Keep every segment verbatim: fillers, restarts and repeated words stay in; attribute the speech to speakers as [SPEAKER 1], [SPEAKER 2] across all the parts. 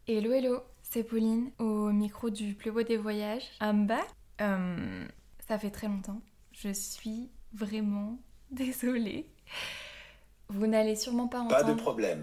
[SPEAKER 1] Hello hello, c'est Pauline au micro du plus beau des voyages. I'm back. Euh, ça fait très longtemps. Je suis vraiment désolée. Vous n'allez sûrement pas entendre.
[SPEAKER 2] Pas de problème.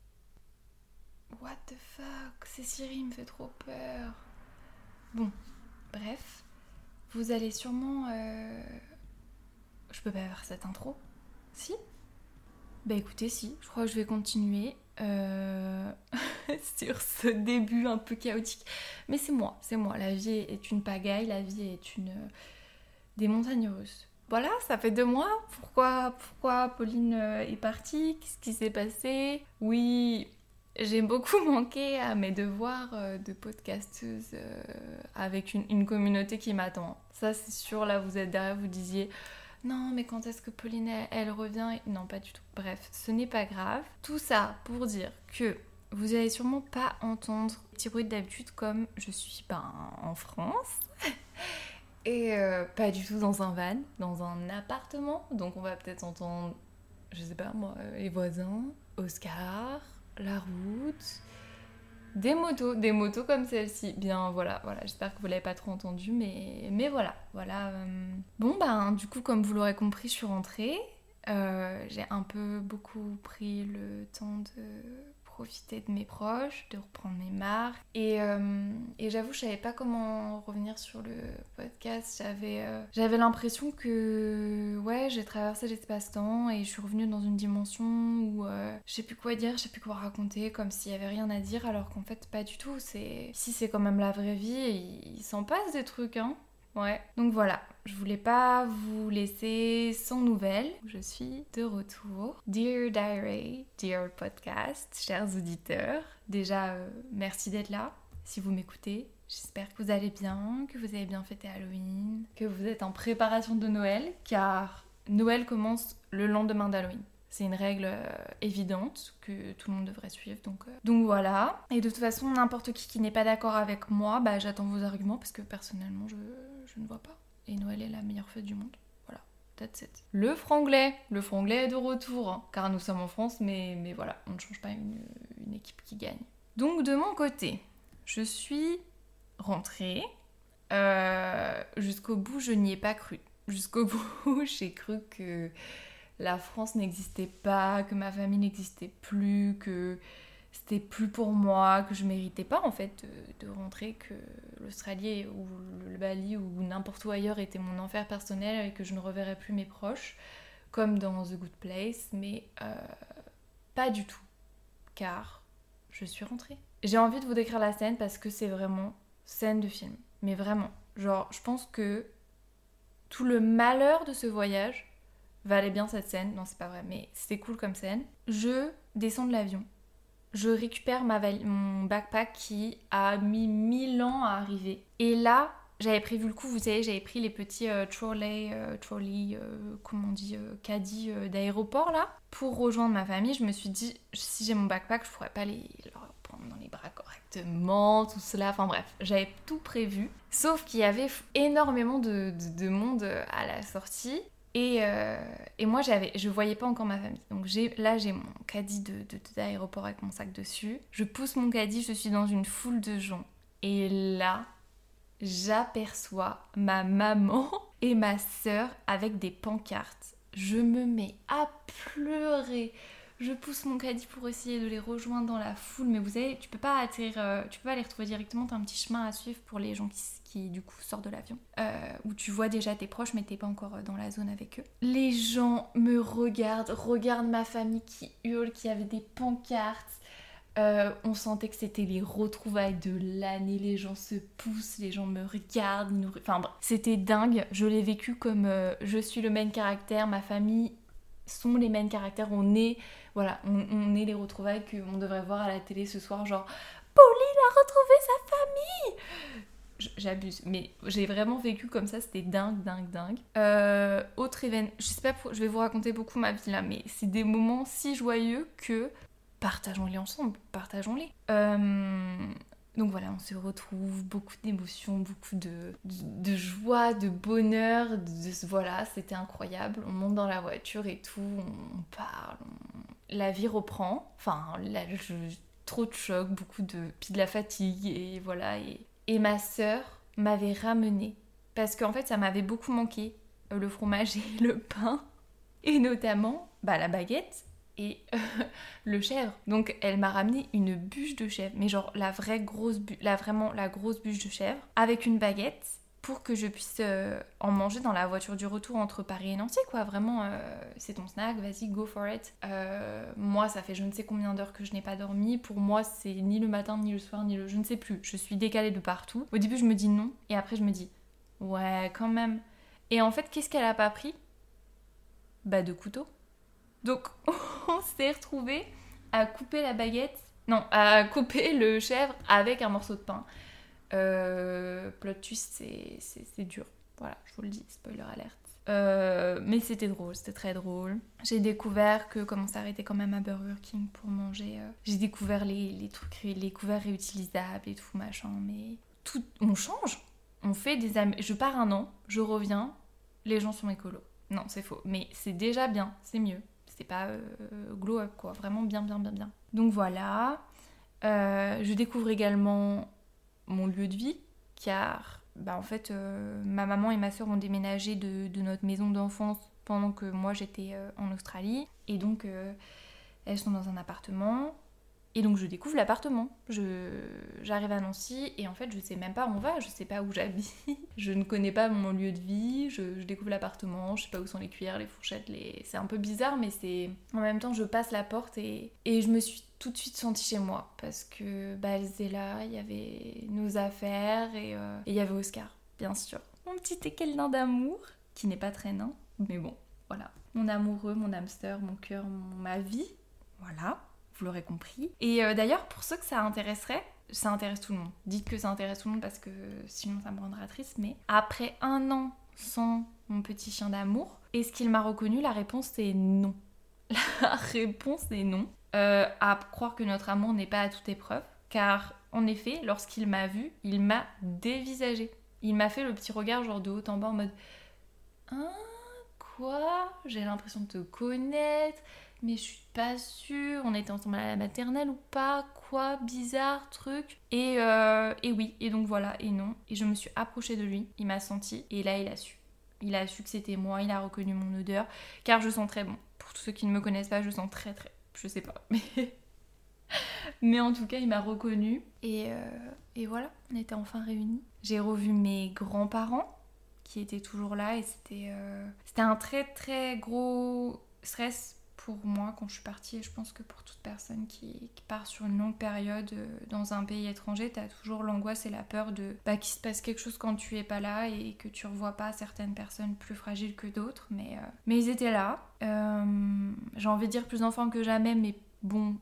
[SPEAKER 1] What the fuck, c'est Siri, me fait trop peur. Bon, bref, vous allez sûrement. Euh... Je peux pas faire cette intro? Si? Bah écoutez, si, je crois que je vais continuer. Euh... sur ce début un peu chaotique. Mais c'est moi, c'est moi. La vie est une pagaille, la vie est une... des montagnes russes. Voilà, ça fait deux mois. Pourquoi, pourquoi Pauline est partie? Qu'est-ce qui s'est passé? Oui, j'ai beaucoup manqué à mes devoirs de podcasteuse avec une, une communauté qui m'attend. Ça, c'est sûr, là, vous êtes derrière, vous disiez... Non, mais quand est-ce que Pauline, elle, elle revient? Non, pas du tout. Bref, ce n'est pas grave. Tout ça pour dire que vous allez sûrement pas entendre les petits bruits d'habitude comme je suis ben, en France. Et euh, pas du tout dans un van, dans un appartement. Donc on va peut-être entendre, je sais pas moi, les voisins, Oscar, la route... Des motos, des motos comme celle-ci. Bien voilà, voilà, j'espère que vous l'avez pas trop entendu, mais, mais voilà, voilà. Euh... Bon ben, du coup, comme vous l'aurez compris, je suis rentrée. Euh, j'ai un peu beaucoup pris le temps de profiter de mes proches, de reprendre mes marques. Et, euh, et j'avoue, je savais pas comment revenir sur le podcast. J'avais, euh, j'avais l'impression que ouais, j'ai traversé l'espace-temps et je suis revenue dans une dimension où euh, je sais plus quoi dire, je sais plus quoi raconter, comme s'il y avait rien à dire, alors qu'en fait pas du tout. C'est... Si c'est quand même la vraie vie, et il s'en passe des trucs, hein. Ouais, donc voilà, je voulais pas vous laisser sans nouvelles. Je suis de retour. Dear Diary, Dear Podcast, chers auditeurs, déjà euh, merci d'être là, si vous m'écoutez. J'espère que vous allez bien, que vous avez bien fêté Halloween, que vous êtes en préparation de Noël, car Noël commence le lendemain d'Halloween. C'est une règle euh, évidente que tout le monde devrait suivre, donc, euh... donc voilà. Et de toute façon, n'importe qui qui n'est pas d'accord avec moi, bah, j'attends vos arguments parce que personnellement, je, je ne vois pas. Et Noël est la meilleure fête du monde. Voilà, that's it. Le franglais, le franglais est de retour, hein, car nous sommes en France, mais, mais voilà, on ne change pas une, une équipe qui gagne. Donc de mon côté, je suis rentrée. Euh, jusqu'au bout, je n'y ai pas cru. Jusqu'au bout, j'ai cru que la France n'existait pas, que ma famille n'existait plus, que c'était plus pour moi, que je méritais pas en fait de, de rentrer, que l'Australie ou le Bali ou n'importe où ailleurs était mon enfer personnel et que je ne reverrais plus mes proches, comme dans The Good Place, mais euh, pas du tout, car je suis rentrée. J'ai envie de vous décrire la scène parce que c'est vraiment scène de film, mais vraiment, genre je pense que tout le malheur de ce voyage valait bien cette scène, non c'est pas vrai, mais c'était cool comme scène. Je descends de l'avion, je récupère ma val- mon backpack qui a mis mille ans à arriver. Et là, j'avais prévu le coup, vous savez, j'avais pris les petits euh, trolley, euh, trolley, euh, comment on dit, euh, caddies euh, d'aéroport là, pour rejoindre ma famille. Je me suis dit, si j'ai mon backpack, je pourrais pas les leur prendre dans les bras correctement, tout cela, enfin bref, j'avais tout prévu. Sauf qu'il y avait énormément de, de, de monde à la sortie. Et, euh, et moi, j'avais, je voyais pas encore ma famille. Donc j'ai, là, j'ai mon caddie de, de, d'aéroport avec mon sac dessus. Je pousse mon caddie, je suis dans une foule de gens. Et là, j'aperçois ma maman et ma sœur avec des pancartes. Je me mets à pleurer. Je pousse mon caddie pour essayer de les rejoindre dans la foule. Mais vous savez, tu peux pas atterrir, euh, tu peux pas les retrouver directement. T'as un petit chemin à suivre pour les gens qui, qui du coup sortent de l'avion. Euh, où tu vois déjà tes proches, mais t'es pas encore dans la zone avec eux. Les gens me regardent, regardent ma famille qui hurle, qui avait des pancartes. Euh, on sentait que c'était les retrouvailles de l'année, les gens se poussent, les gens me regardent, ils nous... enfin bref, c'était dingue, je l'ai vécu comme euh, je suis le main caractère, ma famille sont les main caractères, on est, voilà, on, on est les retrouvailles qu'on devrait voir à la télé ce soir, genre Pauline a retrouvé sa famille. J'abuse, mais j'ai vraiment vécu comme ça, c'était dingue, dingue, dingue. Euh, autre événement, je sais pas, je vais vous raconter beaucoup ma vie là, mais c'est des moments si joyeux que partageons-les ensemble, partageons-les. Euh, donc voilà, on se retrouve, beaucoup d'émotions, beaucoup de, de, de joie, de bonheur, de, de, voilà, c'était incroyable. On monte dans la voiture et tout, on, on parle, on... la vie reprend. Enfin, là, je, trop de choc, beaucoup de... puis de la fatigue, et voilà. Et, et ma sœur m'avait ramené, parce qu'en fait, ça m'avait beaucoup manqué, euh, le fromage et le pain, et notamment bah, la baguette et euh, le chèvre. Donc, elle m'a ramené une bûche de chèvre, mais genre la vraie grosse bûche, la, vraiment la grosse bûche de chèvre, avec une baguette, pour que je puisse euh, en manger dans la voiture du retour entre Paris et Nancy, quoi. Vraiment, euh, c'est ton snack, vas-y, go for it. Euh, moi, ça fait je ne sais combien d'heures que je n'ai pas dormi. Pour moi, c'est ni le matin, ni le soir, ni le... Je ne sais plus. Je suis décalée de partout. Au début, je me dis non. Et après, je me dis, ouais, quand même. Et en fait, qu'est-ce qu'elle a pas pris ? Bah, de couteau. Donc, on s'est retrouvés à couper la baguette... Non, à couper le chèvre avec un morceau de pain. Euh, plot twist, c'est, c'est, c'est dur. Voilà, je vous le dis, spoiler alert. Euh, mais c'était drôle, c'était très drôle. J'ai découvert que comme on s'arrêtait quand même à Burger King pour manger, euh, j'ai découvert les, les trucs, les couverts réutilisables et tout machin. Mais tout, on change. On fait des amis. Je pars un an, je reviens, les gens sont écolos. Non, c'est faux. Mais c'est déjà bien, c'est mieux. C'est pas euh, glow up quoi, vraiment bien, bien, bien, bien. Donc voilà. Euh, je découvre également mon lieu de vie, car bah, en fait euh, ma maman et ma soeur ont déménagé de, de notre maison d'enfance pendant que moi j'étais euh, en Australie, et donc euh, elles sont dans un appartement, et donc je découvre l'appartement. Je, j'arrive à Nancy et en fait je sais même pas où on va, je sais pas où j'habite, je ne connais pas mon lieu de vie, je, je découvre l'appartement, je sais pas où sont les cuillères, les fourchettes, les... c'est un peu bizarre, mais c'est en même temps je passe la porte et, et je me suis tout de suite sentie chez moi, parce que bah, elles étaient là, il y avait nos affaires et euh, il y avait Oscar, bien sûr. Mon petit équel nain d'amour, qui n'est pas très nain, mais bon, voilà. Mon amoureux, mon hamster, mon cœur, mon... ma vie, voilà, vous l'aurez compris. Et euh, d'ailleurs, pour ceux que ça intéresserait, ça intéresse tout le monde. Dites que ça intéresse tout le monde parce que sinon ça me rendra triste, mais après un an sans mon petit chien d'amour, est-ce qu'il m'a reconnu ? La réponse est non. La réponse est non. Euh, à croire que notre amour n'est pas à toute épreuve, car en effet, lorsqu'il m'a vu, il m'a dévisagé. Il m'a fait le petit regard genre de haut en bas en mode « Hein ? Quoi ? J'ai l'impression de te connaître, mais je suis pas sûre, on était ensemble à la maternelle ou pas ? Quoi ? Bizarre, truc ?» Et, euh, et oui, et donc voilà, et non. Et je me suis approchée de lui, il m'a senti, et là il a su. Il a su que c'était moi, il a reconnu mon odeur, car je sens très bon. Pour tous ceux qui ne me connaissent pas, je sens très très... Je sais pas, mais... mais en tout cas, il m'a reconnue. Et, euh, et voilà, on était enfin réunis. J'ai revu mes grands-parents, qui étaient toujours là, et c'était, euh, c'était un très très gros stress pour moi quand je suis partie. Et je pense que pour toute personne qui, qui part sur une longue période euh, dans un pays étranger, t'as toujours l'angoisse et la peur de bah, qu'il se passe quelque chose quand tu es pas là et que tu revois pas certaines personnes plus fragiles que d'autres. Mais, euh, mais ils étaient là. Euh, j'ai envie de dire plus en forme que jamais, mais bon,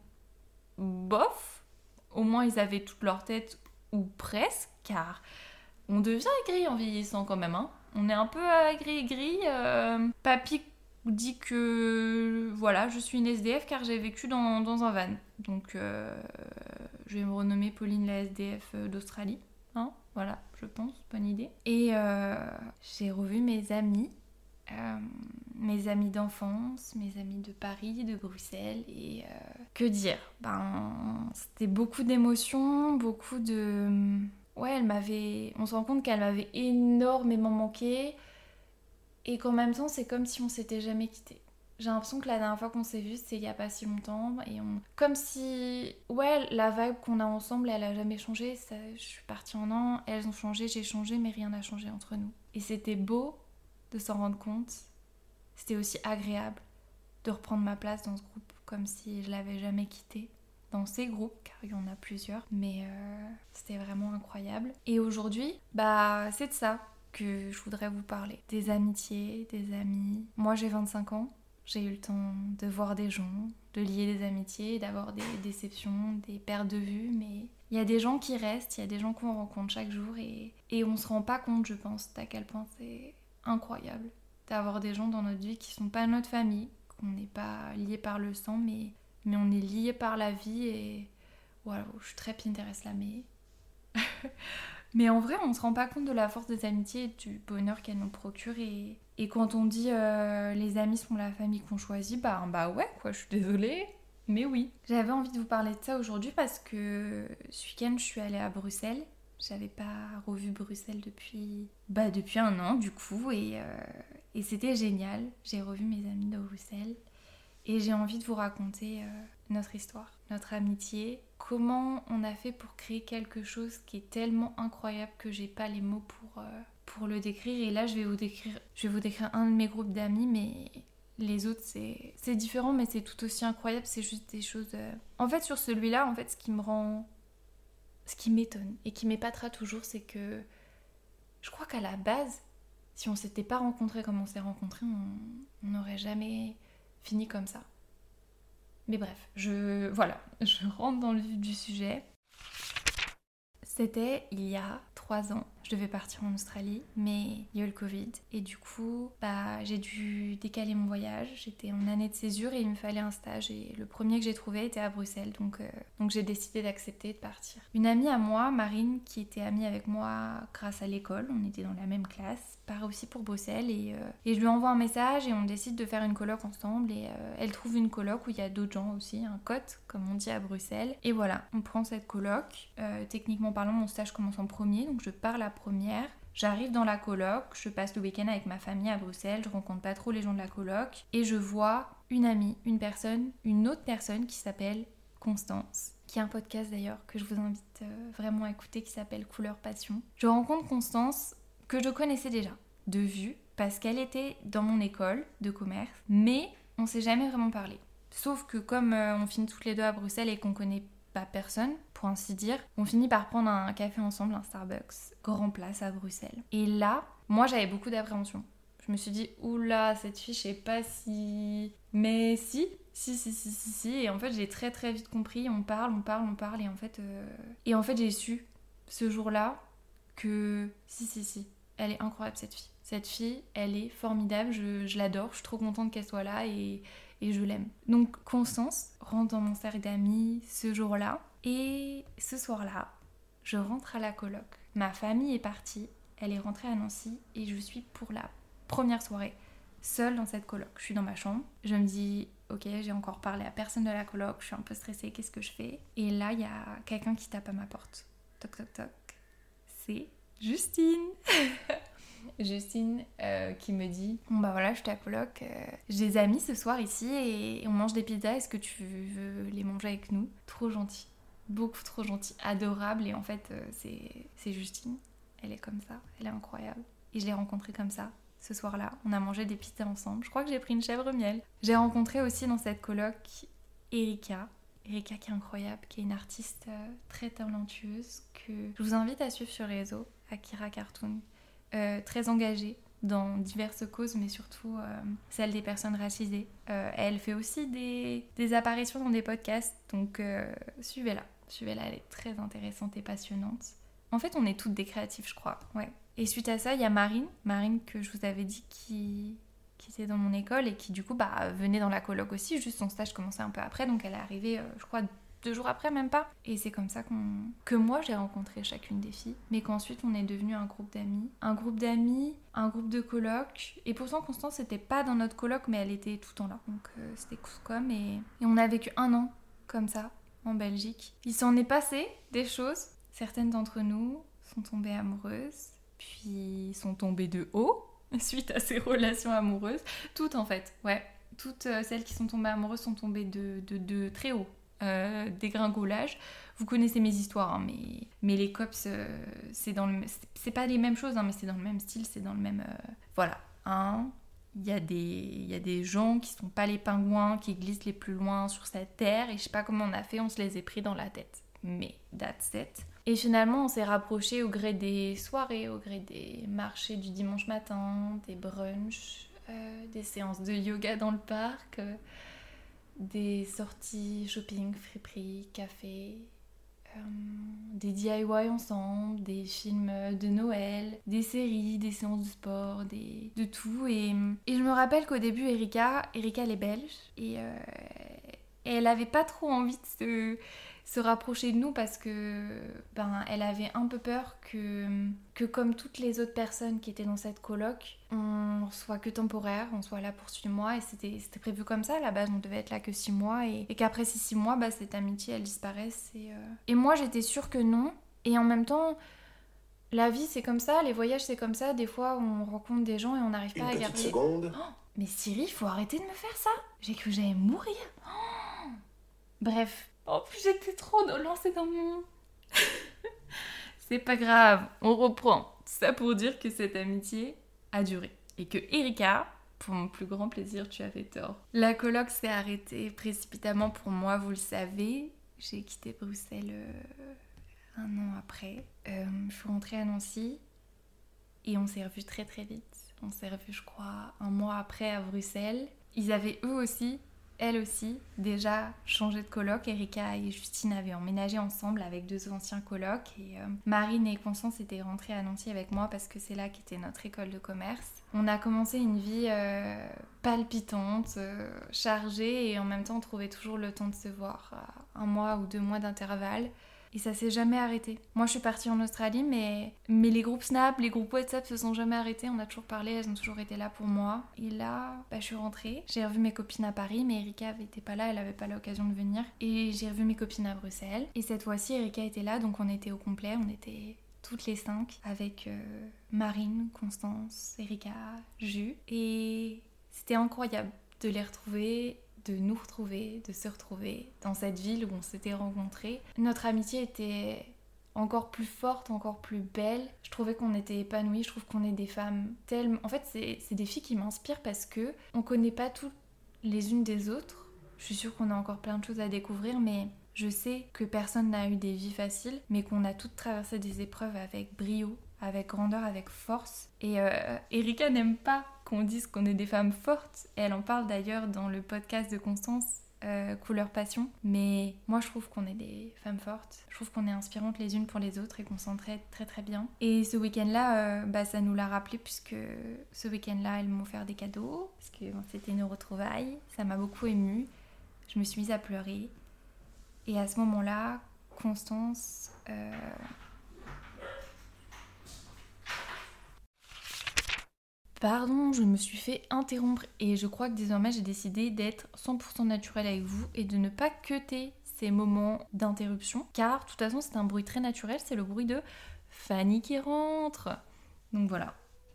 [SPEAKER 1] bof. Au moins ils avaient toute leur tête, ou presque, car on devient aigri en vieillissant quand même. Hein. On est un peu aigri-aigri. Euh, papy dit que voilà, je suis une S D F car j'ai vécu dans, dans un van. Donc euh, je vais me renommer Pauline la S D F d'Australie. Hein, voilà, je pense, bonne idée. Et euh, j'ai revu mes amis. Euh, mes amis d'enfance, mes amis de Paris, de Bruxelles, et euh, que dire ? Ben, c'était beaucoup d'émotions, beaucoup de... Ouais, elle m'avait... On se rend compte qu'elle m'avait énormément manqué, et qu'en même temps, c'est comme si on s'était jamais quitté. J'ai l'impression que la dernière fois qu'on s'est vu, c'était il y a pas si longtemps, et on... Comme si... Ouais, la vibe qu'on a ensemble, elle a jamais changé. Ça... Je suis partie en an, elles ont changé, j'ai changé, mais rien n'a changé entre nous. Et c'était beau de s'en rendre compte. C'était aussi agréable de reprendre ma place dans ce groupe, comme si je l'avais jamais quitté. Dans ces groupes, car il y en a plusieurs, mais euh, c'était vraiment incroyable. Et aujourd'hui, bah c'est de ça que je voudrais vous parler. Des amitiés, des amis. Moi j'ai vingt-cinq ans, j'ai eu le temps de voir des gens, de lier des amitiés, d'avoir des déceptions, des pertes de vue, mais il y a des gens qui restent, il y a des gens qu'on rencontre chaque jour, et, et on se rend pas compte, je pense, d'à quel point c'est incroyable d'avoir des gens dans notre vie qui sont pas notre famille, qu'on n'est pas liés par le sang, mais, mais on est liés par la vie. Et voilà, je suis très Pinterest là, mais mais en vrai on se rend pas compte de la force des amitiés et du bonheur qu'elles nous procurent. Et, et quand on dit euh, les amis sont la famille qu'on choisit, bah, bah ouais quoi, je suis désolée, Mais oui, j'avais envie de vous parler de ça aujourd'hui parce que ce week-end, je suis allée à Bruxelles. J'avais pas revu Bruxelles depuis, bah, depuis un an du coup et, euh, et c'était génial. J'ai revu mes amis de Bruxelles et j'ai envie de vous raconter euh, notre histoire, notre amitié, comment on a fait pour créer quelque chose qui est tellement incroyable que j'ai pas les mots pour, euh, pour le décrire. Et là, je vais vous décrire, je vais vous décrire un de mes groupes d'amis, mais les autres, c'est, c'est différent, mais c'est tout aussi incroyable. C'est juste des choses... Euh... En fait, sur celui-là, en fait, ce qui me rend... Ce qui m'étonne et qui m'épatera toujours, c'est que je crois qu'à la base, si on s'était pas rencontrés comme on s'est rencontrés, on n'aurait jamais fini comme ça. Mais bref, je voilà, je rentre dans le vif du sujet. C'était il y a trois ans. Je devais partir en Australie, mais il y a eu le Covid. Et du coup, bah, j'ai dû décaler mon voyage. J'étais en année de césure et il me fallait un stage. Et le premier que j'ai trouvé était à Bruxelles. Donc, euh, donc j'ai décidé d'accepter de partir. Une amie à moi, Marine, qui était amie avec moi grâce à l'école, on était dans la même classe, part aussi pour Bruxelles. Et, euh, et je lui envoie un message et on décide de faire une coloc ensemble. Et euh, elle trouve une coloc où il y a d'autres gens aussi, un cote, comme on dit à Bruxelles. Et voilà, on prend cette coloc. Euh, techniquement parlant, mon stage commence en premier, donc je pars la première. J'arrive dans la coloc, je passe le week-end avec ma famille à Bruxelles, je rencontre pas trop les gens de la coloc et je vois une amie, une personne, une autre personne qui s'appelle Constance, qui a un podcast d'ailleurs que je vous invite euh, vraiment à écouter qui s'appelle Couleur Passion. Je rencontre Constance que je connaissais déjà de vue parce qu'elle était dans mon école de commerce, mais on s'est jamais vraiment parlé. Sauf que comme euh, on finit toutes les deux à Bruxelles et qu'on connaît pas personne, pour ainsi dire, on finit par prendre un café ensemble, un Starbucks, grand place à Bruxelles. Et là, moi j'avais beaucoup d'appréhension. Je me suis dit, oula, cette fille, je sais pas si... Mais si, si, si, si, si, si. Et en fait, j'ai très très vite compris, on parle, on parle, on parle, et en fait... Euh... Et en fait, j'ai su, ce jour-là, que si, si, si, elle est incroyable cette fille. Cette fille, elle est formidable, je, je l'adore, je suis trop contente qu'elle soit là, et... et je l'aime. Donc Constance rentre dans mon cercle d'amis ce jour-là. Et ce soir-là, je rentre à la coloc. Ma famille est partie, elle est rentrée à Nancy et je suis pour la première soirée seule dans cette coloc. Je suis dans ma chambre, je me dis ok, j'ai encore parlé à personne de la coloc, je suis un peu stressée, qu'est-ce que je fais? Et là, il y a quelqu'un qui tape à ma porte. Toc toc toc. C'est Justine. Justine euh, qui me dit bon bah voilà, je suis à coloc, euh, j'ai des amis ce soir ici et on mange des pizzas, est-ce que tu veux les manger avec nous? Trop gentil, beaucoup trop gentil, adorable. Et en fait euh, c'est, c'est Justine, elle est comme ça, elle est incroyable et je l'ai rencontrée comme ça ce soir-là. On a mangé des pizzas ensemble, je crois que j'ai pris une chèvre miel. J'ai rencontré aussi dans cette coloc Erika Erika qui est incroyable, qui est une artiste euh, très talentueuse que je vous invite à suivre sur les réseaux, Akira Cartoon. Euh, très engagée dans diverses causes, mais surtout euh, celle des personnes racisées. Euh, elle fait aussi des, des apparitions dans des podcasts, donc euh, suivez-la. Suivez-la, elle est très intéressante et passionnante. En fait, on est toutes des créatives, je crois. Ouais. Et suite à ça, il y a Marine, Marine que je vous avais dit qui, qui était dans mon école et qui du coup bah, venait dans la coloc aussi, juste son stage commençait un peu après, donc elle est arrivée, euh, je crois, deux jours après, même pas. Et c'est comme ça qu'on... que moi j'ai rencontré chacune des filles, mais qu'ensuite on est devenu un groupe d'amis. Un groupe d'amis, un groupe de coloc. Et pourtant Constance n'était pas dans notre coloc, mais elle était tout le temps là. Donc euh, c'était comme et... et on a vécu un an comme ça en Belgique. Il s'en est passé des choses. Certaines d'entre nous sont tombées amoureuses, puis sont tombées de haut suite à ces relations amoureuses. Toutes en fait, ouais. Toutes euh, celles qui sont tombées amoureuses sont tombées de, de, de très haut. Euh, dégringolage. Vous connaissez mes histoires, hein, mais, mais les cops, euh, c'est dans le, c'est, c'est pas les mêmes choses, hein, mais c'est dans le même style, c'est dans le même... Euh, voilà. Hein. Il y a des, il y a des gens qui sont pas les pingouins, qui glissent les plus loin sur cette terre, et je sais pas comment on a fait, on se les a pris dans la tête. Mais that's it. Et finalement, on s'est rapprochés au gré des soirées, au gré des marchés du dimanche matin, des brunchs, euh, des séances de yoga dans le parc... Euh, des sorties shopping, friperie, café, euh, des D I Y ensemble, des films de Noël, des séries, des séances de sport, des... de tout. Et, et je me rappelle qu'au début, Erika, Erika elle est belge, et, euh, et elle avait pas trop envie de se, se rapprocher de nous parce que ben, elle avait un peu peur que, que comme toutes les autres personnes qui étaient dans cette coloc, on soit que temporaire, on soit là pour six mois et c'était, c'était prévu comme ça. À la base, on devait être là que six mois et, et qu'après ces six mois, bah, cette amitié, elle disparaisse. Et, euh... et moi, j'étais sûre que non. Et en même temps... La vie, c'est comme ça, les voyages, c'est comme ça. Des fois, on rencontre des gens et on n'arrive pas à garder...
[SPEAKER 2] Une petite seconde.
[SPEAKER 1] Oh, mais Siri, faut arrêter de me faire ça. J'ai cru que j'allais mourir. Oh. Bref. Oh, j'étais trop lancée dans mon... C'est pas grave, on reprend. Tout ça pour dire que cette amitié a duré. Et que Erika, pour mon plus grand plaisir, tu avais tort. La coloc s'est arrêtée précipitamment pour moi, vous le savez. J'ai quitté Bruxelles... Euh... un an après, euh, je suis rentrée à Nancy et on s'est revus très très vite. On s'est revus, je crois, un mois après à Bruxelles. Ils avaient eux aussi, elle aussi, déjà changé de coloc. Erika et Justine avaient emménagé ensemble avec deux anciens colocs. Et euh, Marine et Constance étaient rentrées à Nancy avec moi parce que c'est là qu'était notre école de commerce. On a commencé une vie euh, palpitante, euh, chargée et en même temps on trouvait toujours le temps de se voir à un mois ou deux mois d'intervalle. Et ça s'est jamais arrêté. Moi, je suis partie en Australie, mais, mais les groupes Snap, les groupes WhatsApp se sont jamais arrêtés. On a toujours parlé, elles ont toujours été là pour moi. Et là, bah, je suis rentrée. J'ai revu mes copines à Paris, mais Erika n'était pas là, elle n'avait pas l'occasion de venir. Et j'ai revu mes copines à Bruxelles. Et cette fois-ci, Erika était là, donc on était au complet. On était toutes les cinq avec euh, Marine, Constance, Erika, Jus. Et c'était incroyable de les retrouver, de nous retrouver, de se retrouver dans cette ville où on s'était rencontrés. Notre amitié était encore plus forte, encore plus belle. Je trouvais qu'on était épanouies, je trouve qu'on est des femmes tellement... En fait, c'est, c'est des filles qui m'inspirent parce que on connaît pas toutes les unes des autres. Je suis sûre qu'on a encore plein de choses à découvrir, mais je sais que personne n'a eu des vies faciles, mais qu'on a toutes traversé des épreuves avec brio, avec grandeur, avec force. Et euh, Erika n'aime pas qu'on dise qu'on est des femmes fortes. Et elle en parle d'ailleurs dans le podcast de Constance, euh, Couleur Passion. Mais moi, je trouve qu'on est des femmes fortes. Je trouve qu'on est inspirantes les unes pour les autres et qu'on s'entraide très très bien. Et ce week-end-là, euh, bah, ça nous l'a rappelé puisque ce week-end-là, elles m'ont offert des cadeaux. Parce que bon, c'était une retrouvaille. Ça m'a beaucoup émue. Je me suis mise à pleurer. Et à ce moment-là, Constance... Euh... Pardon, je me suis fait interrompre et je crois que désormais j'ai décidé d'être cent pour cent naturelle avec vous et de ne pas cuter ces moments d'interruption car de toute façon c'est un bruit très naturel, c'est le bruit de Fanny qui rentre. Donc voilà,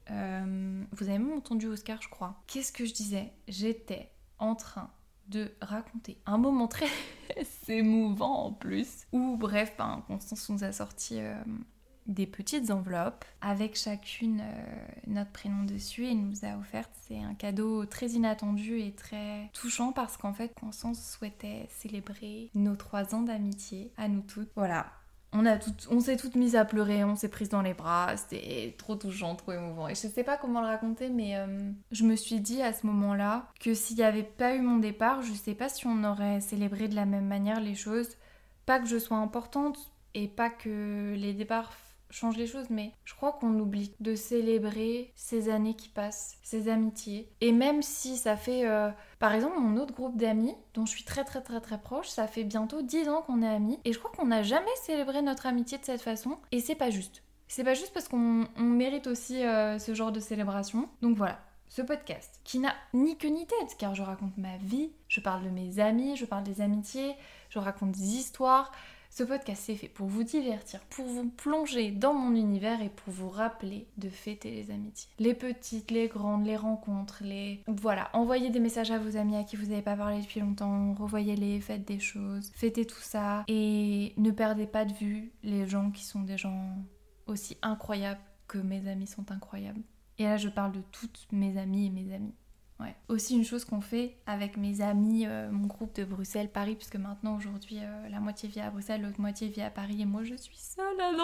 [SPEAKER 1] euh, vous avez même entendu Oscar je crois. Qu'est-ce que je disais ? J'étais en train de raconter un moment très émouvant en plus où bref, ben, Constance nous a sorti... Euh, des petites enveloppes avec chacune euh, notre prénom dessus et nous a offert, c'est un cadeau très inattendu et très touchant parce qu'en fait Constance souhaitait célébrer nos trois ans d'amitié à nous toutes. Voilà, on, a tout, on s'est toutes mises à pleurer, on s'est prises dans les bras, c'était trop touchant, trop émouvant et je sais pas comment le raconter mais euh, je me suis dit à ce moment-là que s'il n'y avait pas eu mon départ, je sais pas si on aurait célébré de la même manière les choses, pas que je sois importante et pas que les départs change les choses, mais je crois qu'on oublie de célébrer ces années qui passent, ces amitiés. Et même si ça fait... Euh, par exemple, mon autre groupe d'amis, dont je suis très très très très proche, ça fait bientôt dix ans qu'on est amis, et je crois qu'on n'a jamais célébré notre amitié de cette façon, et c'est pas juste. C'est pas juste parce qu'on on mérite aussi euh, ce genre de célébration. Donc voilà, ce podcast, qui n'a ni queue ni tête, car je raconte ma vie, je parle de mes amis, je parle des amitiés, je raconte des histoires... Ce podcast c'est fait pour vous divertir, pour vous plonger dans mon univers et pour vous rappeler de fêter les amitiés. Les petites, les grandes, les rencontres, les... Voilà, envoyez des messages à vos amis à qui vous n'avez pas parlé depuis longtemps, revoyez-les, faites des choses, fêtez tout ça et ne perdez pas de vue les gens qui sont des gens aussi incroyables que mes amis sont incroyables. Et là je parle de toutes mes amies et mes amis. Ouais. Aussi une chose qu'on fait avec mes amis, euh, mon groupe de Bruxelles, Paris, puisque maintenant aujourd'hui euh, la moitié vit à Bruxelles, l'autre moitié vit à Paris et moi je suis seule à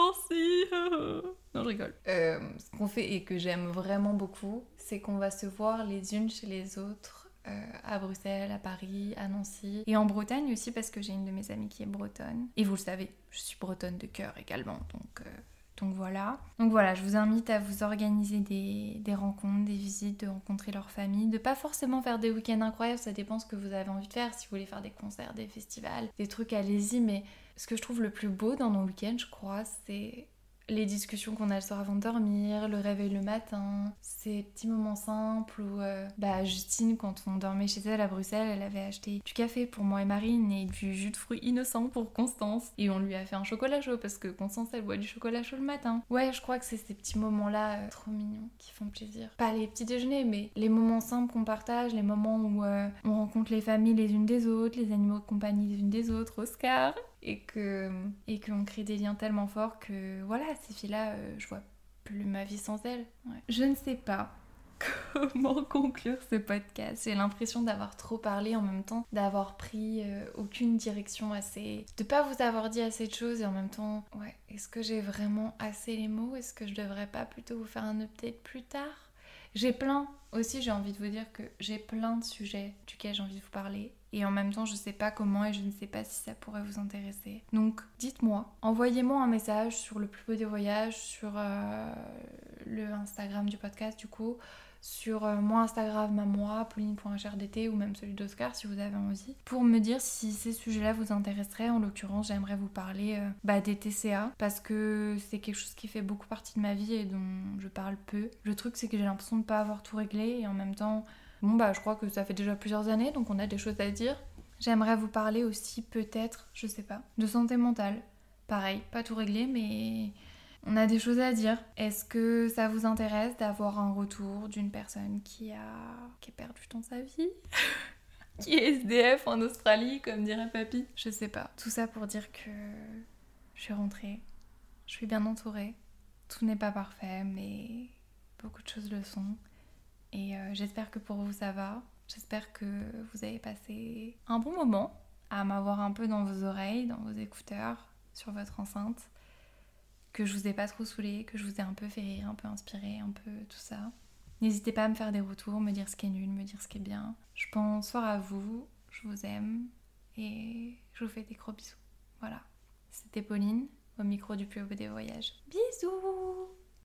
[SPEAKER 1] Nancy. Non je rigole. Euh, ce qu'on fait et que j'aime vraiment beaucoup, c'est qu'on va se voir les unes chez les autres euh, à Bruxelles, à Paris, à Nancy et en Bretagne aussi parce que j'ai une de mes amies qui est bretonne. Et vous le savez, je suis bretonne de cœur également, donc... Euh... Donc voilà. Donc voilà, je vous invite à vous organiser des, des rencontres, des visites, de rencontrer leur famille, de pas forcément faire des week-ends incroyables, ça dépend ce que vous avez envie de faire. Si vous voulez faire des concerts, des festivals, des trucs, allez-y. Mais ce que je trouve le plus beau dans nos week-ends, je crois, c'est les discussions qu'on a le soir avant de dormir, le réveil le matin, ces petits moments simples où euh, bah Justine, quand on dormait chez elle à Bruxelles, elle avait acheté du café pour moi et Marine et du jus de fruits innocent pour Constance, et on lui a fait un chocolat chaud parce que Constance elle boit du chocolat chaud le matin. Ouais, je crois que c'est ces petits moments là euh, trop mignons qui font plaisir. Pas les petits déjeuners, mais les moments simples qu'on partage, les moments où euh, on rencontre les familles les unes des autres, les animaux de compagnie les unes des autres, Oscar, et que et qu'on crée des liens tellement forts que voilà, ces filles-là, euh, je vois plus ma vie sans elles. Ouais. Je ne sais pas comment conclure ce podcast. J'ai l'impression d'avoir trop parlé en même temps, d'avoir pris euh, aucune direction assez... de pas vous avoir dit assez de choses et en même temps, ouais, est-ce que j'ai vraiment assez les mots? Est-ce que je devrais pas plutôt vous faire un update plus tard? J'ai plein, aussi j'ai envie de vous dire que j'ai plein de sujets duquel j'ai envie de vous parler. Et en même temps, je sais pas comment et je ne sais pas si ça pourrait vous intéresser. Donc, dites-moi, envoyez-moi un message sur le plus beau des voyages, sur euh, le Instagram du podcast du coup, sur euh, mon Instagram à moi, pauline point h r d t ou même celui d'Oscar si vous avez envie, pour me dire si ces sujets-là vous intéresseraient. En l'occurrence, j'aimerais vous parler euh, bah, des T C A parce que c'est quelque chose qui fait beaucoup partie de ma vie et dont je parle peu. Le truc, c'est que j'ai l'impression de pas avoir tout réglé et en même temps... Bon bah je crois que ça fait déjà plusieurs années, donc on a des choses à dire. J'aimerais vous parler aussi peut-être, je sais pas, de santé mentale. Pareil, pas tout réglé, mais on a des choses à dire. Est-ce que ça vous intéresse d'avoir un retour d'une personne qui a, qui a perdu dans sa vie qui est S D F en Australie, comme dirait papy? Je sais pas. Tout ça pour dire que je suis rentrée, je suis bien entourée. Tout n'est pas parfait, mais beaucoup de choses le sont. Et euh, j'espère que pour vous ça va. J'espère que vous avez passé un bon moment à m'avoir un peu dans vos oreilles, dans vos écouteurs, sur votre enceinte. Que je vous ai pas trop saoulé, que je vous ai un peu fait rire, un peu inspiré, un peu tout ça. N'hésitez pas à me faire des retours, me dire ce qui est nul, me dire ce qui est bien. Je pense fort à vous, je vous aime et je vous fais des gros bisous. Voilà. C'était Pauline, au micro du plus beau des voyages. Bisous!